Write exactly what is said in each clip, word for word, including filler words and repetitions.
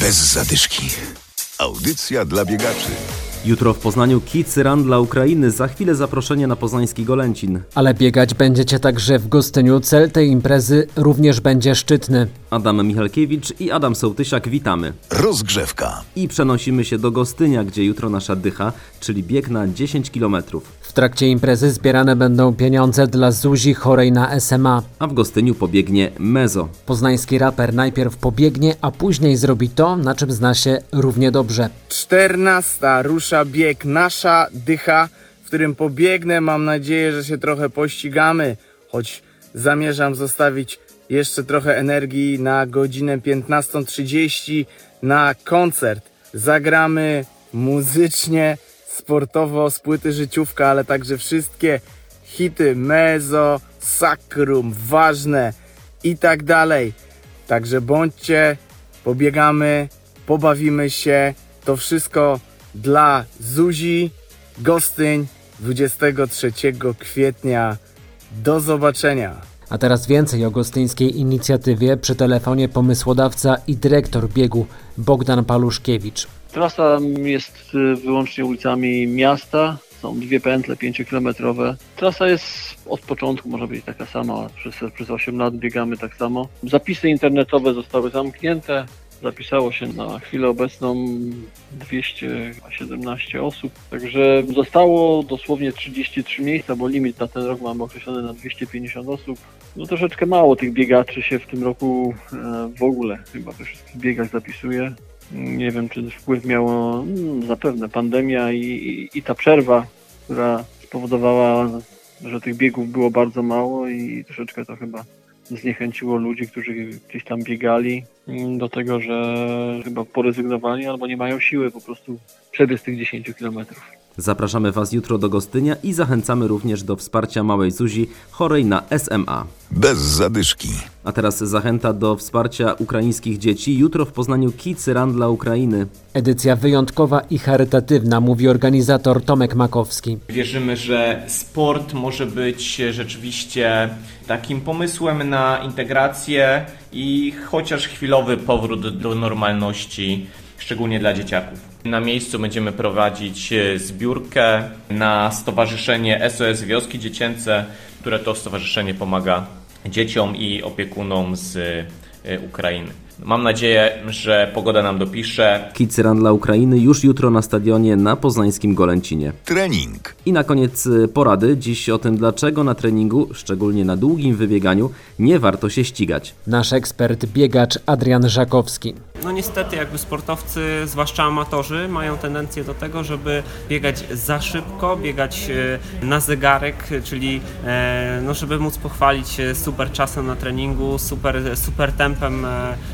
Bez zadyszki. Audycja dla biegaczy. Jutro w Poznaniu Kids Run dla Ukrainy, za chwilę zaproszenie na poznański Golęcin. Ale biegać będziecie także w Gostyniu. Cel tej imprezy również będzie szczytny. Adam Michalkiewicz i Adam Sołtysiak, witamy. Rozgrzewka. I przenosimy się do Gostynia, gdzie jutro nasza dycha, czyli bieg na dziesięć kilometrów. W trakcie imprezy zbierane będą pieniądze dla Zuzi chorej na S M A. A w Gostyniu pobiegnie Mezo. Poznański raper najpierw pobiegnie, a później zrobi to, na czym zna się równie dobrze. czternasta rusza bieg Nasza Dycha, w którym pobiegnę. Mam nadzieję, że się trochę pościgamy, choć zamierzam zostawić jeszcze trochę energii na godzinę piętnastą trzydzieści na koncert. Zagramy muzycznie, sportowo z płyty Życiówka, ale także wszystkie hity Mezo, Sakrum, Ważne i tak dalej. Także bądźcie, pobiegamy, pobawimy się. To wszystko dla Zuzi. Gostyń, dwudziestego trzeciego kwietnia. Do zobaczenia. A teraz więcej o gostyńskiej inicjatywie przy telefonie pomysłodawca i dyrektor biegu Bogdan Paluszkiewicz. Trasa jest wyłącznie ulicami miasta, są dwie pętle pięciokilometrowe. Trasa jest od początku, może być taka sama, przez, przez osiem lat biegamy tak samo. Zapisy internetowe zostały zamknięte, zapisało się na chwilę obecną dwieście siedemnaście osób, także zostało dosłownie trzydzieści trzy miejsca, bo limit na ten rok mamy określony na dwieście pięćdziesiąt osób. No troszeczkę mało tych biegaczy się w tym roku w ogóle chyba we wszystkich biegach zapisuje. Nie wiem, czy wpływ miało no, zapewne pandemia i, i, i ta przerwa, która spowodowała, że tych biegów było bardzo mało i troszeczkę to chyba zniechęciło ludzi, którzy gdzieś tam biegali do tego, że chyba porezygnowali albo nie mają siły po prostu przebiec tych dziesięć kilometrów. Zapraszamy Was jutro do Gostynia i zachęcamy również do wsparcia małej Zuzi chorej na S M A. Bez zadyszki. A teraz zachęta do wsparcia ukraińskich dzieci. Jutro w Poznaniu Kids Run dla Ukrainy. Edycja wyjątkowa i charytatywna, mówi organizator Tomek Makowski. Wierzymy, że sport może być rzeczywiście takim pomysłem na integrację i chociaż chwilowy powrót do normalności, szczególnie dla dzieciaków. Na miejscu będziemy prowadzić zbiórkę na stowarzyszenie S O S Wioski Dziecięce, które to stowarzyszenie pomaga dzieciom i opiekunom z Ukrainy. Mam nadzieję, że pogoda nam dopisze. Kids Run dla Ukrainy już jutro na stadionie na poznańskim Golęcinie. Trening. I na koniec porady. Dziś o tym, dlaczego na treningu, szczególnie na długim wybieganiu, nie warto się ścigać. Nasz ekspert, biegacz Adrian Żakowski. No niestety jakby sportowcy, zwłaszcza amatorzy, mają tendencję do tego, żeby biegać za szybko, biegać na zegarek, czyli no, żeby móc pochwalić się super czasem na treningu, super, super tempem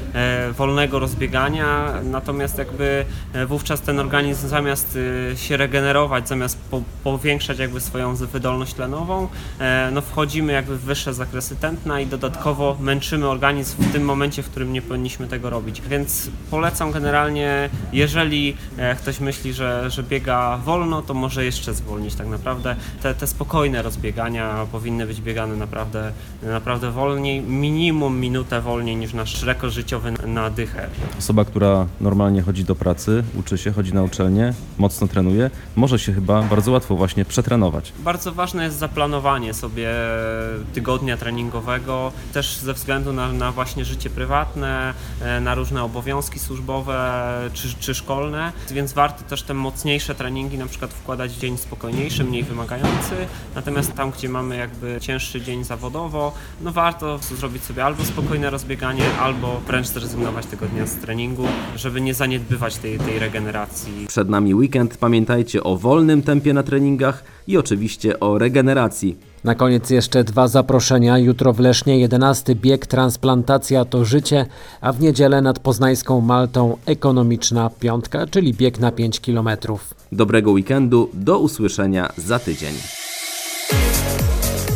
wolnego rozbiegania, natomiast jakby wówczas ten organizm zamiast się regenerować, zamiast po, powiększać jakby swoją wydolność tlenową, no wchodzimy jakby w wyższe zakresy tętna i dodatkowo męczymy organizm w tym momencie, w którym nie powinniśmy tego robić. Więc polecam generalnie, jeżeli ktoś myśli, że, że biega wolno, to może jeszcze zwolnić tak naprawdę. Te, te spokojne rozbiegania powinny być biegane naprawdę, naprawdę wolniej, minimum minutę wolniej niż nasz rekord życiowy na dychę. Osoba, która normalnie chodzi do pracy, uczy się, chodzi na uczelnię, mocno trenuje, może się chyba bardzo łatwo właśnie przetrenować. Bardzo ważne jest zaplanowanie sobie tygodnia treningowego, też ze względu na, na właśnie życie prywatne, na różne obowiązki służbowe czy, czy szkolne, więc warto też te mocniejsze treningi na przykład wkładać w dzień spokojniejszy, mniej wymagający, natomiast tam, gdzie mamy jakby cięższy dzień zawodowo, no warto zrobić sobie albo spokojne rozbieganie, albo wręcz zrezygnować tego dnia z treningu, żeby nie zaniedbywać tej, tej regeneracji. Przed nami weekend, pamiętajcie o wolnym tempie na treningach i oczywiście o regeneracji. Na koniec jeszcze dwa zaproszenia. Jutro w Lesznie jedenasty bieg Transplantacja to życie, a w niedzielę nad poznańską Maltą ekonomiczna piątka, czyli bieg na pięć kilometrów. Dobrego weekendu, do usłyszenia za tydzień.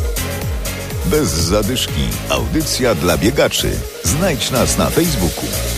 Bez zadyszki. Audycja dla biegaczy. Znajdź nas na Facebooku.